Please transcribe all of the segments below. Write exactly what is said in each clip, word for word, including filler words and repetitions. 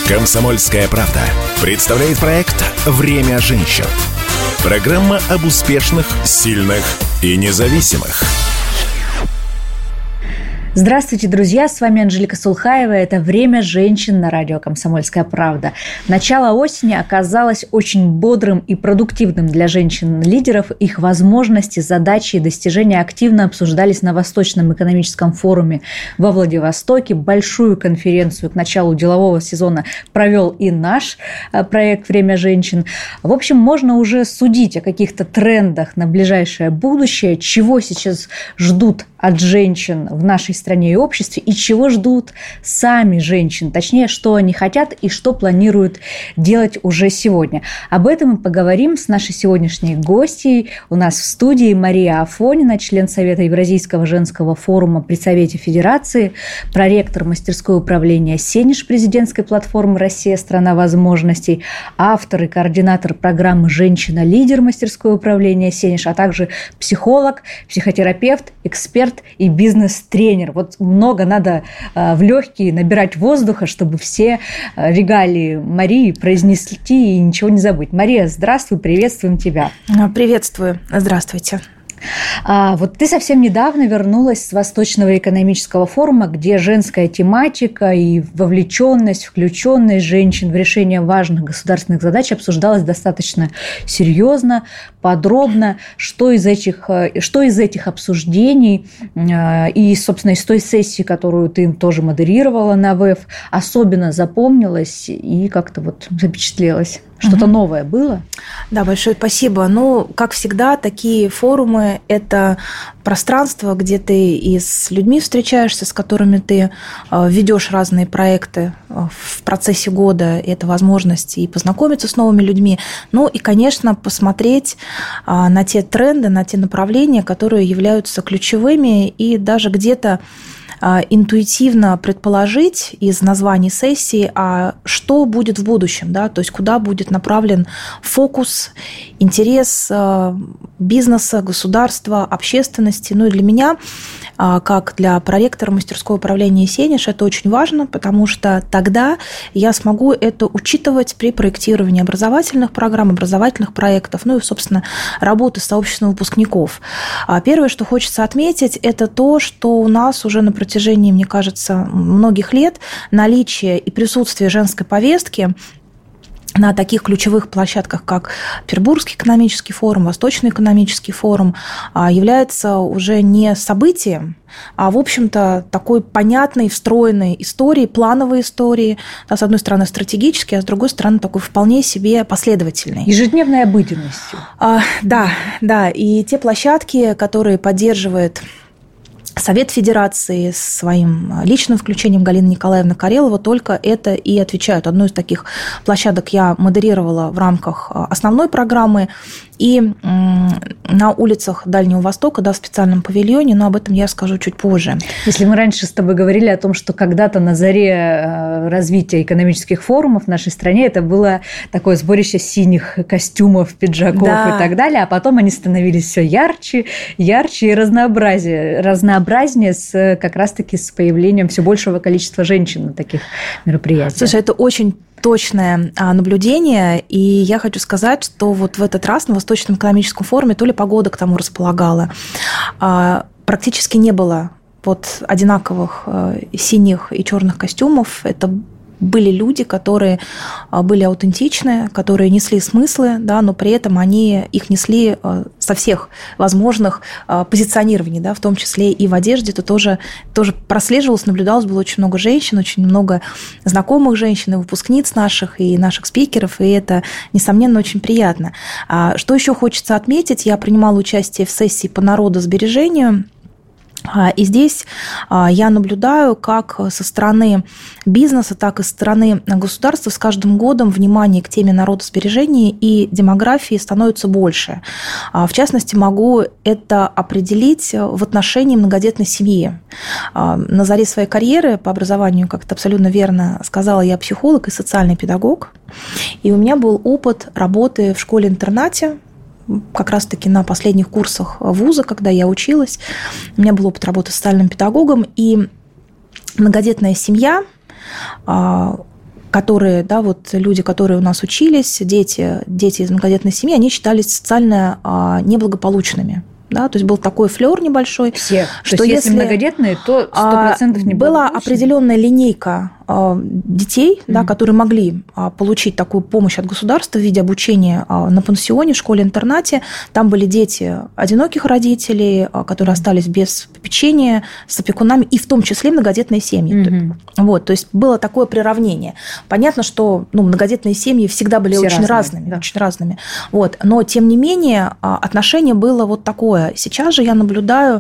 «Комсомольская правда» представляет проект «Время женщин». Программа об успешных, сильных и независимых. Здравствуйте, друзья! С вами Анжелика Сулхаева. Это «Время женщин» на радио «Комсомольская правда». Начало осени оказалось очень бодрым и продуктивным для женщин-лидеров. Их возможности, задачи и достижения активно обсуждались на Восточном экономическом форуме во Владивостоке. Большую конференцию к началу делового сезона провел и наш проект «Время женщин». В общем, можно уже судить о каких-то трендах на ближайшее будущее, чего сейчас ждут от женщин в нашей стране и обществе, и чего ждут сами женщины, точнее, что они хотят и что планируют делать уже сегодня. Об этом мы поговорим с нашей сегодняшней гостьей. У нас в студии Мария Афонина, член Совета Евразийского женского форума при Совете Федерации, проректор мастерской управления «Сенеж» президентской платформы «Россия – страна возможностей», автор и координатор программы «Женщина-лидер» мастерской управления «Сенеж», а также психолог, психотерапевт, эксперт и бизнес-тренер. Вот много надо в легкие набирать воздуха, чтобы все регалии Марии произнести и ничего не забыть. Мария, здравствуй, приветствуем тебя. Приветствую, здравствуйте. А, вот ты совсем недавно вернулась с Восточного экономического форума, где женская тематика и вовлеченность, включенность женщин в решение важных государственных задач обсуждалась достаточно серьезно, подробно. Что из этих, что из этих обсуждений и, собственно, из той сессии, которую ты тоже модерировала на ВЭФ, особенно запомнилось и как-то вот запечатлелось? Что-то новое было? Да, большое спасибо. Ну, как всегда, такие форумы – это пространство, где ты и с людьми встречаешься, с которыми ты ведешь разные проекты в процессе года. Это возможность и познакомиться с новыми людьми. Ну и, конечно, посмотреть на те тренды, на те направления, которые являются ключевыми, и даже где-то интуитивно предположить из названий сессии, а что будет в будущем, да, то есть куда будет направлен фокус, интерес бизнеса, государства, общественности. Ну и для меня, как для проректора мастерского управления «Сенеж», это очень важно, потому что тогда я смогу это учитывать при проектировании образовательных программ, образовательных проектов, ну и, собственно, работы с сообществом выпускников. Первое, что хочется отметить, это то, что у нас уже на протяжении, мне кажется, многих лет наличие и присутствие женской повестки на таких ключевых площадках, как Петербургский экономический форум, Восточный экономический форум, является уже не событием, а, в общем-то, такой понятной, встроенной историей, плановой историей, да, с одной стороны, стратегической, а с другой стороны, такой вполне себе последовательной. Ежедневной обыденностью. А, да, да, и те площадки, которые поддерживает Совет Федерации с своим личным включением Галины Николаевны Карелова, только это и отвечают. Одну из таких площадок я модерировала в рамках основной программы и на улицах Дальнего Востока, да, в специальном павильоне, но об этом я скажу чуть позже. Если мы раньше с тобой говорили о том, что когда-то на заре развития экономических форумов в нашей стране это было такое сборище синих костюмов, пиджаков, да, и так далее, а потом они становились все ярче, ярче и разнообразнее, разнообразнее с, как раз-таки с появлением все большего количества женщин на таких мероприятиях. Слушай, это очень точное наблюдение, и я хочу сказать, что вот в этот раз на Восточном экономическом форуме то ли погода к тому располагала, практически не было вот одинаковых синих и черных костюмов. Это были люди, которые были аутентичны, которые несли смыслы, да, но при этом они их несли со всех возможных позиционирований, да, в том числе и в одежде. Это тоже, тоже прослеживалось, наблюдалось, было очень много женщин, очень много знакомых женщин, и выпускниц наших, и наших спикеров, и это, несомненно, очень приятно. Что еще хочется отметить? Я принимала участие в сессии по народосбережению. И здесь я наблюдаю, как со стороны бизнеса, так и со стороны государства с каждым годом внимание к теме народосбережения и демографии становится больше. В частности, могу это определить в отношении многодетной семьи. На заре своей карьеры по образованию, как ты абсолютно верно сказала, я психолог и социальный педагог. И у меня был опыт работы в школе-интернате, как раз-таки на последних курсах вуза, когда я училась. У меня был опыт работы с социальным педагогом, и многодетная семья, которые, да, вот люди, которые у нас учились, дети, дети из многодетной семьи, они считались социально неблагополучными. Да, то есть был такой флёр небольшой. Все. Что то есть, если, если многодетные, то сто процентов не была определенная линейка детей, mm-hmm. да, которые могли получить такую помощь от государства в виде обучения на пансионе, в школе-интернате. Там были дети одиноких родителей, которые остались без попечения, с опекунами, и в том числе многодетные семьи. Mm-hmm. Вот, то есть было такое приравнение. Понятно, что ну, многодетные семьи всегда были Все очень разные, разными, да. очень разными. Вот, но, тем не менее, отношение было вот такое. Сейчас же я наблюдаю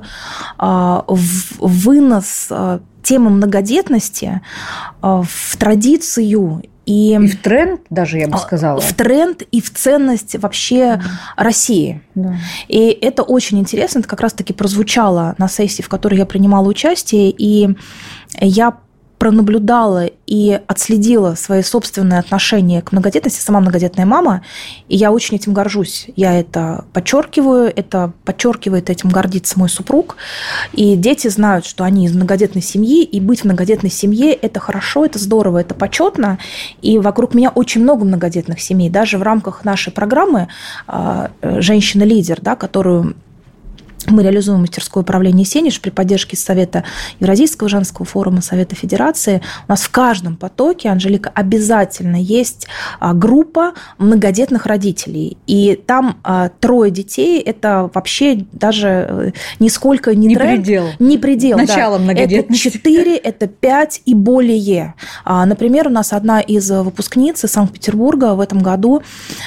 вынос темы многодетности в традицию и, и в тренд даже, я бы сказала. В тренд и в ценность вообще да. России. Да. И это очень интересно. Это как раз-таки прозвучало на сессии, в которой я принимала участие, и я пронаблюдала и отследила свои собственные отношения к многодетности, сама многодетная мама, и я очень этим горжусь. Я это подчеркиваю, это подчеркивает, этим гордится мой супруг, и дети знают, что они из многодетной семьи, и быть в многодетной семье – это хорошо, это здорово, это почетно, и вокруг меня очень много многодетных семей. Даже в рамках нашей программы «Женщина-лидер», да, которую мы реализуем мастерское управление «Сенеж» при поддержке Совета Евразийского женского форума, Совета Федерации. У нас в каждом потоке, Анжелика, обязательно есть группа многодетных родителей. И там трое детей – это вообще даже нисколько не, не тренд. Предел. Не предел. Начало да. многодетности. Это четыре, это пять и более. Например, у нас одна из выпускниц из Санкт-Петербурга в этом году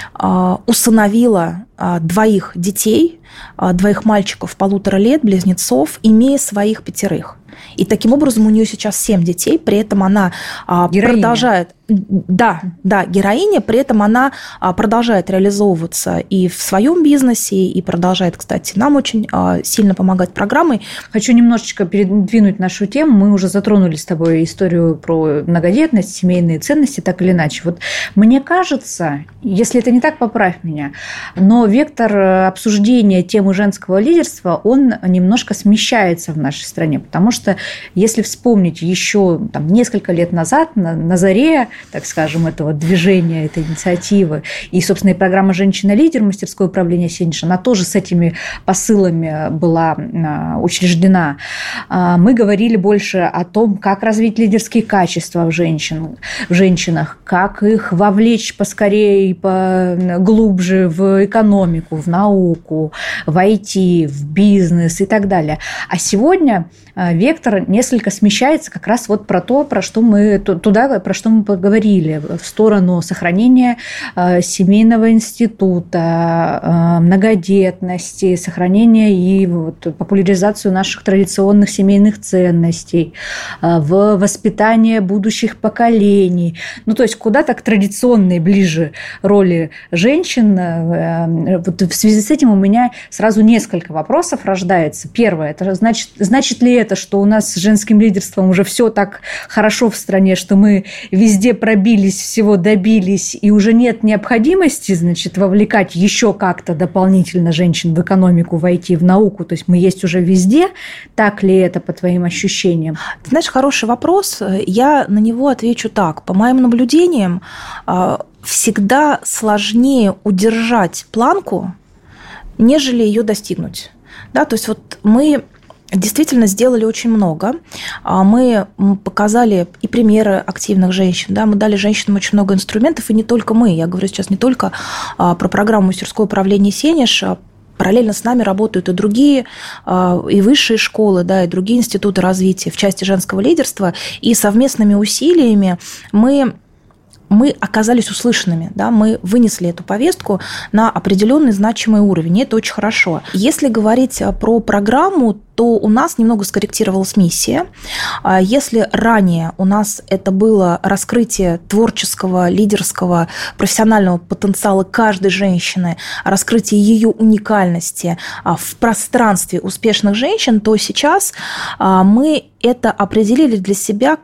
усыновила двоих детей, двоих мальчиков полутора лет, близнецов, имея своих пятерых. И таким образом у нее сейчас семь детей, при этом она героиня. продолжает... Да, да, героиня, при этом она продолжает реализовываться и в своем бизнесе, и продолжает, кстати, нам очень сильно помогать программой. Хочу немножечко передвинуть нашу тему. Мы уже затронули с тобой историю про многодетность, семейные ценности, так или иначе. Вот мне кажется, если это не так, поправь меня, но вектор обсуждения темы женского лидерства, он немножко смещается в нашей стране, потому что если вспомнить еще там, несколько лет назад, на, на заре, так скажем, этого движения, этой инициативы. И, собственно, и программа «Женщина-лидер», мастерское управление «Сенеж», она тоже с этими посылами была учреждена. Мы говорили больше о том, как развить лидерские качества в, женщин, в женщинах, как их вовлечь поскорее и поглубже в экономику, в науку, в ай ти, в бизнес и так далее. А сегодня вектор несколько смещается как раз вот про то, про что мы туда, про что мы поговорили, в сторону сохранения семейного института, многодетности, сохранения и вот популяризацию наших традиционных семейных ценностей, в воспитание будущих поколений. Ну, то есть куда-то к традиционной ближе роли женщин. Вот в связи с этим у меня сразу несколько вопросов рождается. Первое, это значит, значит ли это, что у нас с женским лидерством уже все так хорошо в стране, что мы везде пробились, всего добились, и уже нет необходимости, значит, вовлекать еще как-то дополнительно женщин в экономику, в ай ти, в науку, то есть мы есть уже везде. Так ли это по твоим ощущениям? Ты знаешь, хороший вопрос. Я на него отвечу так. По моим наблюдениям, всегда сложнее удержать планку, нежели ее достигнуть. Да, то есть вот мы действительно сделали очень много. Мы показали и примеры активных женщин, да, мы дали женщинам очень много инструментов, и не только мы. Я говорю сейчас не только про программу «Мастерское управление «Сенеж», параллельно с нами работают и другие, и высшие школы, да, и другие институты развития в части женского лидерства, и совместными усилиями мы мы оказались услышанными, да, мы вынесли эту повестку на определенный значимый уровень, и это очень хорошо. Если говорить про программу, то у нас немного скорректировалась миссия. Если ранее у нас это было раскрытие творческого, лидерского, профессионального потенциала каждой женщины, раскрытие ее уникальности в пространстве успешных женщин, то сейчас мы это определили для себя как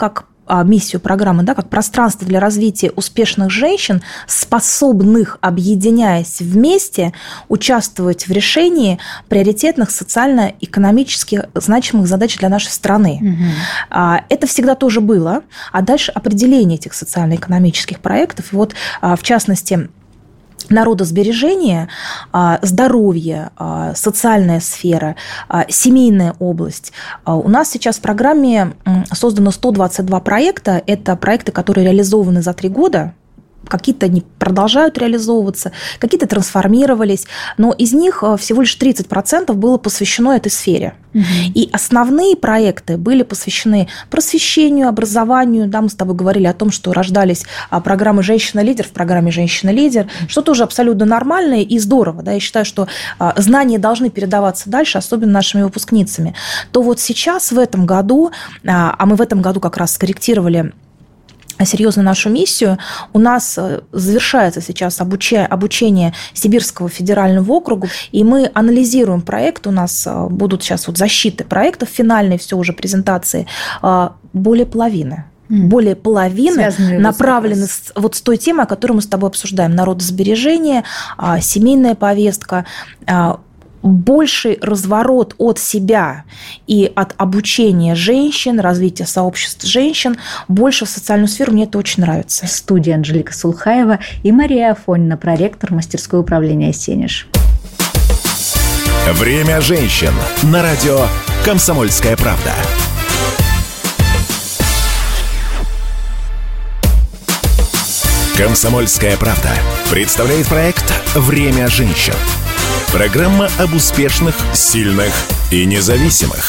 миссию программы, да, как пространство для развития успешных женщин, способных, объединяясь вместе, участвовать в решении приоритетных социально-экономически значимых задач для нашей страны. Угу. Это всегда тоже было. А дальше определение этих социально-экономических проектов. И вот, в частности, народосбережение, здоровье, социальная сфера, семейная область. У нас сейчас в программе создано сто двадцать два проекта. Это проекты, которые реализованы за три года. Какие-то они продолжают реализовываться, какие-то трансформировались, но из них всего лишь тридцать процентов было посвящено этой сфере. Угу. И основные проекты были посвящены просвещению, образованию. Да, мы с тобой говорили о том, что рождались программы «Женщина-лидер» в программе «Женщина-лидер», что тоже абсолютно нормально и здорово. Да, я считаю, что знания должны передаваться дальше, особенно нашими выпускницами. То вот сейчас, в этом году, а мы в этом году как раз скорректировали серьезно нашу миссию. У нас завершается сейчас обучение Сибирского федерального округа, и мы анализируем проект. У нас будут сейчас вот защиты проектов, финальные все уже презентации, более половины. Более половины направлены с, вот с той темой, о которой мы с тобой обсуждаем. Народосбережение, семейная повестка, больший разворот от себя и от обучения женщин, развития сообществ женщин, больше в социальную сферу. Мне это очень нравится. В студии Анжелика Сулхаева и Мария Афонина, проректор мастерской управления «Сенеж». Время женщин на радио «Комсомольская правда». «Комсомольская правда» представляет проект «Время женщин». Программа об успешных, сильных и независимых.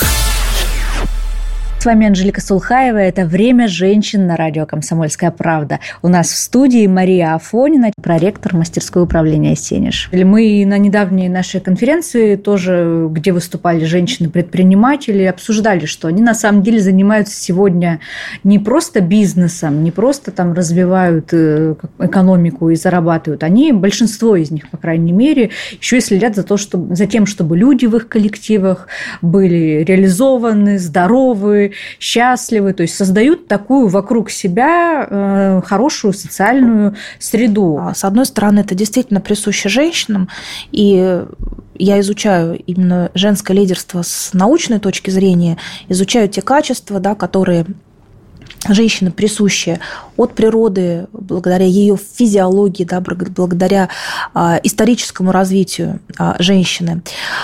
С вами Анжелика Сулхаева. Это «Время женщин» на радио «Комсомольская правда». У нас в студии Мария Афонина, проректор мастерской управления «Сенеж». Мы на недавней нашей конференции тоже, где выступали женщины-предприниматели, обсуждали, что они на самом деле занимаются сегодня не просто бизнесом, не просто там развивают экономику и зарабатывают. Они, большинство из них, по крайней мере, еще и следят за, то, чтобы, за тем, чтобы люди в их коллективах были реализованы, здоровы, счастливы, то есть создают такую вокруг себя э, хорошую социальную среду. С одной стороны, это действительно присуще женщинам, и я изучаю именно женское лидерство с научной точки зрения, изучаю те качества, да, которые женщине присущи от природы, благодаря ее физиологии, да, благодаря э, историческому развитию э, женщины.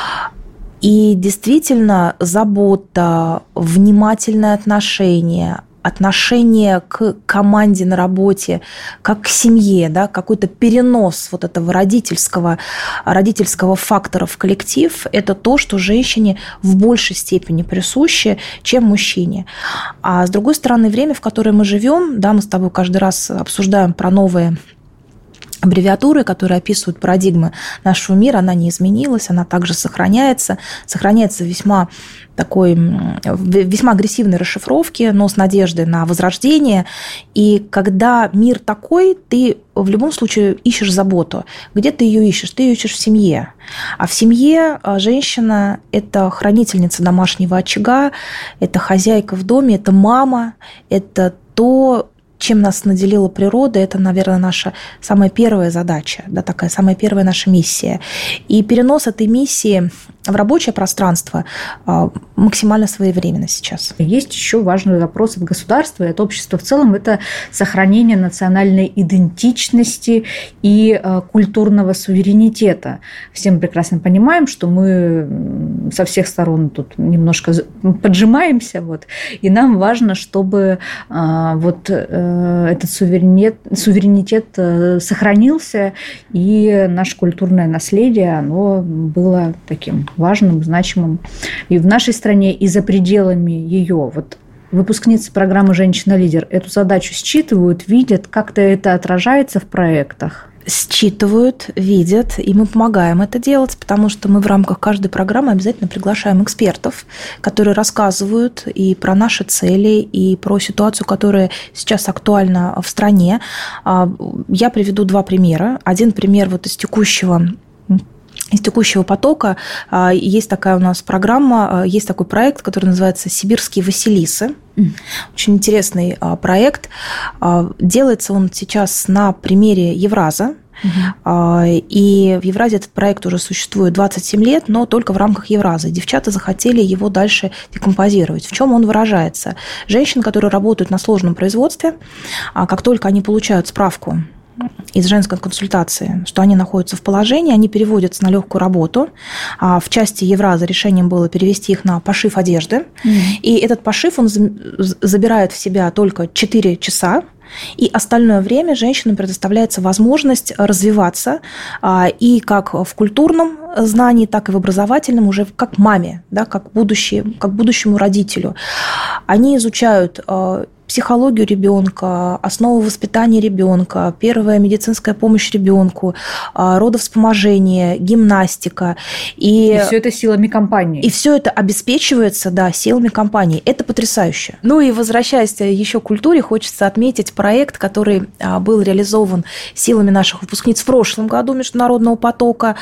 И действительно, забота, внимательное отношение, отношение к команде на работе, как к семье, да, какой-то перенос вот этого родительского, родительского фактора в коллектив – это то, что женщине в большей степени присуще, чем мужчине. А с другой стороны, время, в которое мы живем, да, мы с тобой каждый раз обсуждаем про новые аббревиатуры, которые описывают парадигмы нашего мира, она не изменилась, она также сохраняется, сохраняется весьма такой, весьма агрессивной расшифровки, но с надеждой на возрождение. И когда мир такой, ты в любом случае ищешь заботу. Где ты ее ищешь? Ты ее ищешь в семье. А в семье женщина – это хранительница домашнего очага, это хозяйка в доме, это мама, это то, чем нас наделила природа, это, наверное, наша самая первая задача, да, такая самая первая наша миссия. И перенос этой миссии в рабочее пространство максимально своевременно сейчас. Есть еще важный вопрос от государства и от общества в целом – это сохранение национальной идентичности и культурного суверенитета. Все мы прекрасно понимаем, что мы со всех сторон тут немножко поджимаемся, вот, и нам важно, чтобы вот этот суверенитет, суверенитет сохранился, и наше культурное наследие, оно было таким важным, значимым и в нашей стране, и за пределами ее. Вот выпускницы программы «Женщина-лидер» эту задачу считывают, видят, как-то это отражается в проектах? Считывают, видят, и мы помогаем это делать, потому что мы в рамках каждой программы обязательно приглашаем экспертов, которые рассказывают и про наши цели, и про ситуацию, которая сейчас актуальна в стране. Я приведу два примера. Один пример вот из текущего из текущего потока есть такая у нас программа, есть такой проект, который называется «Сибирские Василисы». Mm. Очень интересный проект. Делается он сейчас на примере Евраза. Uh-huh. И в Евразе этот проект уже существует двадцать семь лет, но только в рамках Евраза. Девчата захотели его дальше декомпозировать. В чем он выражается? Женщины, которые работают на сложном производстве, как только они получают справку из женской консультации, что они находятся в положении, они переводятся на легкую работу. В части Евраза решением было перевести их на пошив одежды. Mm. И этот пошив, он забирает в себя только четыре часа, и остальное время женщинам предоставляется возможность развиваться и как в культурном знании, так и в образовательном, уже как маме, да, как, будущее, как будущему родителю. Они изучают психологию ребенка, основы воспитания ребенка, первая медицинская помощь ребенку, родовспоможение, гимнастика. И, и все это силами компании. И все это обеспечивается, да, силами компании. Это потрясающе. Ну и возвращаясь еще к культуре, хочется отметить проект, который был реализован силами наших выпускниц в прошлом году международного потока.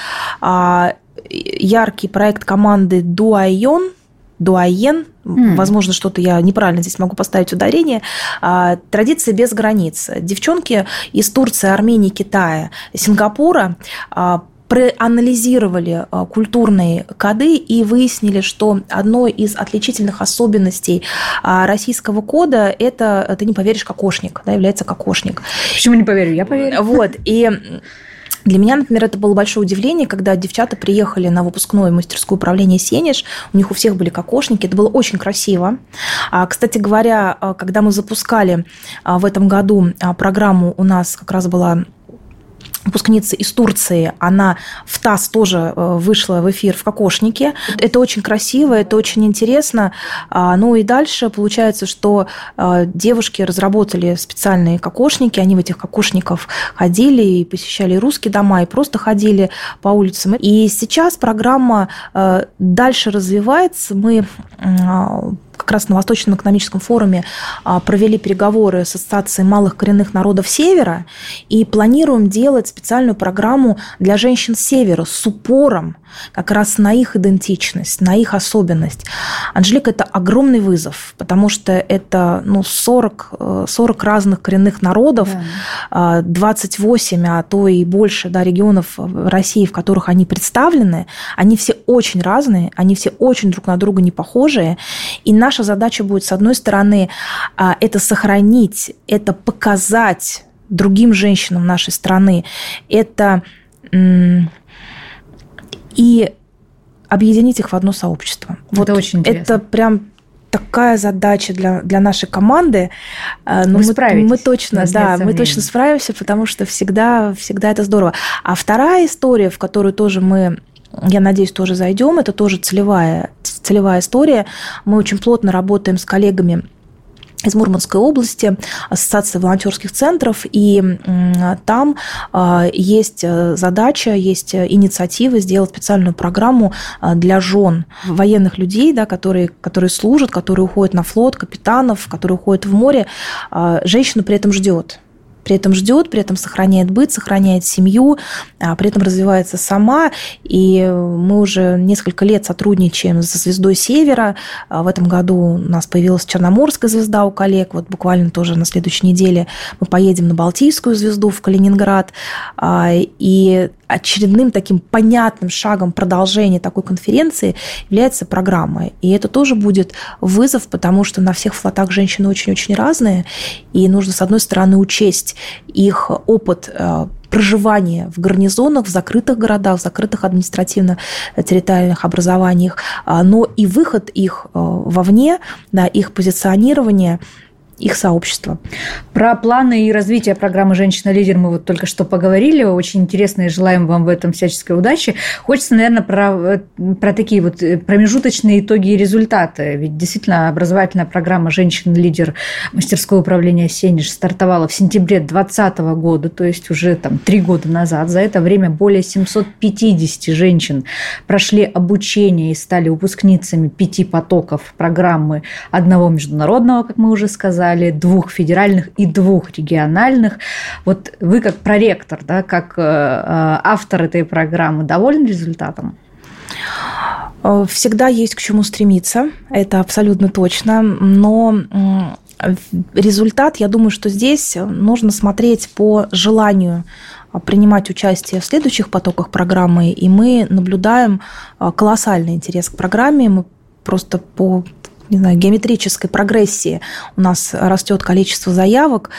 Яркий проект команды «Дуайон», Дуайен, mm. возможно, что-то я неправильно здесь могу поставить ударение, традиции без границ. Девчонки из Турции, Армении, Китая, Сингапура проанализировали культурные коды и выяснили, что одной из отличительных особенностей российского кода – это, ты не поверишь, кокошник, да, является кокошник. Почему не поверю? Я поверю. Вот, и... Для меня, например, это было большое удивление, когда девчата приехали на выпускное мастерское управление «Сенеж», у них у всех были кокошники, это было очень красиво. Кстати говоря, когда мы запускали в этом году программу, у нас как раз была выпускница из Турции, она в ТАСС тоже вышла в эфир в кокошнике. Это очень красиво, это очень интересно. Ну и дальше получается, что девушки разработали специальные кокошники, они в этих кокошниках ходили и посещали русские дома, и просто ходили по улицам. И сейчас программа дальше развивается. Мы как раз на Восточном экономическом форуме провели переговоры с Ассоциацией малых коренных народов Севера и планируем делать специальную программу для женщин Севера с упором как раз на их идентичность, на их особенность. Анжелика, это огромный вызов, потому что это ну, сорок, сорок разных коренных народов, да. двадцать восемь, а то и больше да, регионов России, в которых они представлены. Они все очень разные, они все очень друг на друга не похожие. И наша задача будет, с одной стороны, это сохранить, это показать другим женщинам нашей страны, это и объединить их в одно сообщество. Это вот очень интересно. Это прям такая задача для, для нашей команды. Но Вы мы, справитесь. Мы точно, да, мы точно справимся, потому что всегда, всегда это здорово. А вторая история, в которую тоже мы, я надеюсь, тоже зайдем, это тоже целевая, целевая история. Мы очень плотно работаем с коллегами из Мурманской области, Ассоциация волонтерских центров, и там есть задача, есть инициатива сделать специальную программу для жен военных людей, да, которые, которые служат, которые уходят на флот, капитанов, которые уходят в море. Женщина при этом ждет. При этом ждет, при этом сохраняет быт, сохраняет семью, при этом развивается сама. И мы уже несколько лет сотрудничаем со «Звездой Севера». В этом году у нас появилась черноморская звезда у коллег. Вот буквально тоже на следующей неделе мы поедем на Балтийскую звезду в Калининград. И очередным таким понятным шагом продолжения такой конференции является программа. И это тоже будет вызов, потому что на всех флотах женщины очень-очень разные, и нужно, с одной стороны, учесть их опыт проживания в гарнизонах, в закрытых городах, в закрытых административно-территориальных образованиях, но и выход их вовне, да, их позиционирование, их сообщества. Про планы и развитие программы «Женщина-лидер» мы вот только что поговорили. Очень интересно, и желаем вам в этом всяческой удачи. Хочется, наверное, про, про такие вот промежуточные итоги и результаты. Ведь действительно образовательная программа «Женщина-лидер» мастерского управления «Сенеж» стартовала в сентябре двадцатого года, то есть уже там три года назад. За это время более семьсот пятьдесят женщин прошли обучение и стали выпускницами пяти потоков программы одного международного, как мы уже сказали, портале, двух федеральных и двух региональных. Вот вы как проректор, да, как автор этой программы, довольны результатом? Всегда есть к чему стремиться, это абсолютно точно, но результат, я думаю, что здесь нужно смотреть по желанию принимать участие в следующих потоках программы, и мы наблюдаем колоссальный интерес к программе, мы просто по не знаю, геометрической прогрессии у нас растет количество заявок,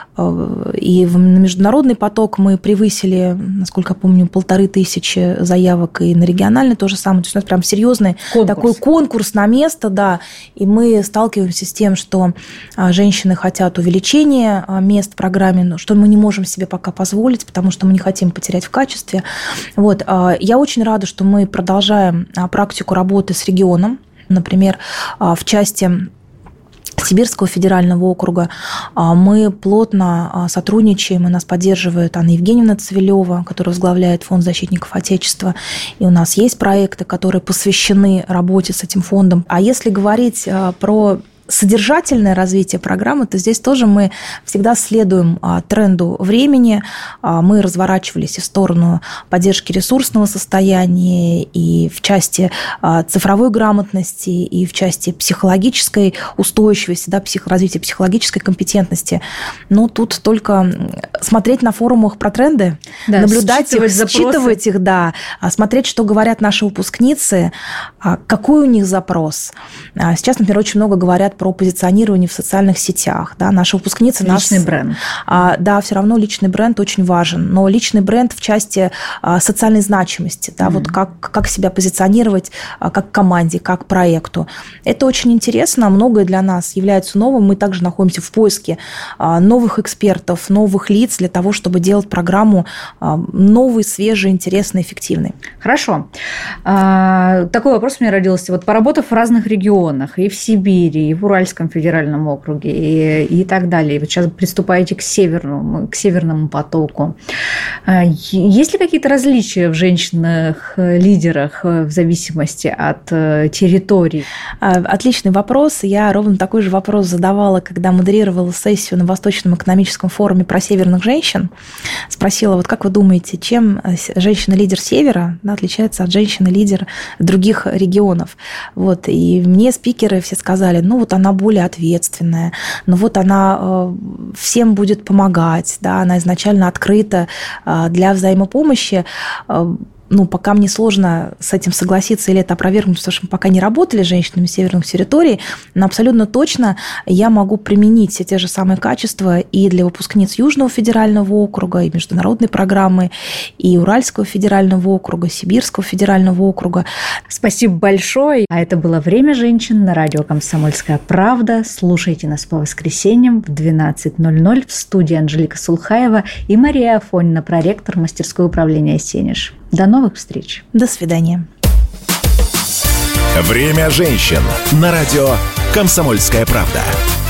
и на международный поток мы превысили, насколько я помню, полторы тысячи заявок, и на региональный то же самое. То есть у нас прям серьезный конкурс. Такой конкурс на место, да, и мы сталкиваемся с тем, что женщины хотят увеличения мест в программе, но что мы не можем себе пока позволить, потому что мы не хотим потерять в качестве. Вот. Я очень рада, что мы продолжаем практику работы с регионом. Например, в части Сибирского федерального округа мы плотно сотрудничаем, и нас поддерживает Анна Евгеньевна Цвилева, которая возглавляет Фонд защитников Отечества, и у нас есть проекты, которые посвящены работе с этим фондом. А если говорить про содержательное развитие программы, то здесь тоже мы всегда следуем тренду времени. Мы разворачивались и в сторону поддержки ресурсного состояния, и в части цифровой грамотности, и в части психологической устойчивости, да, псих, развития психологической компетентности. Но тут только смотреть на форумах про тренды, да, наблюдать их, считывать их, да, смотреть, что говорят наши выпускницы, какой у них запрос. Сейчас, например, очень много говорят про позиционирование в социальных сетях. Да, наши выпускницы... Личный нас, бренд. Да, все равно личный бренд очень важен, но личный бренд в части социальной значимости, да, mm-hmm. вот как, как себя позиционировать как команде, как проекту. Это очень интересно, многое для нас является новым, мы также находимся в поиске новых экспертов, новых лиц для того, чтобы делать программу новой, свежей, интересной, эффективной. Хорошо. Такой вопрос у меня родился. Вот поработав в разных регионах, и в Сибири, и в Уральском федеральном округе, и, и так далее, вот сейчас приступаете к северному, к северному потоку. Есть ли какие-то различия в женщинах-лидерах в зависимости от территорий? Отличный вопрос. Я ровно такой же вопрос задавала, когда модерировала сессию на Восточном экономическом форуме про северных женщин. Спросила, вот как вы думаете, чем женщина-лидер севера, да, отличается от женщины-лидер других регионов? Вот. И мне спикеры все сказали, ну вот она более ответственная, ну вот она всем будет помогать, да, она изначально открыта для взаимопомощи. Ну, пока мне сложно с этим согласиться или это опровергнуть, потому что мы пока не работали с женщинами северных территорий, но абсолютно точно я могу применить все те же самые качества и для выпускниц Южного федерального округа, и международной программы, и Уральского федерального округа, Сибирского федерального округа. Спасибо большое. А это было «Время женщин» на радио «Комсомольская правда». Слушайте нас по воскресеньям в двенадцать ноль ноль в студии Анжелика Сулхаева и Мария Афонина, проректор мастерской управления «Сенеж». До новых встреч. До свидания. «Время женщин» на радио «Комсомольская правда».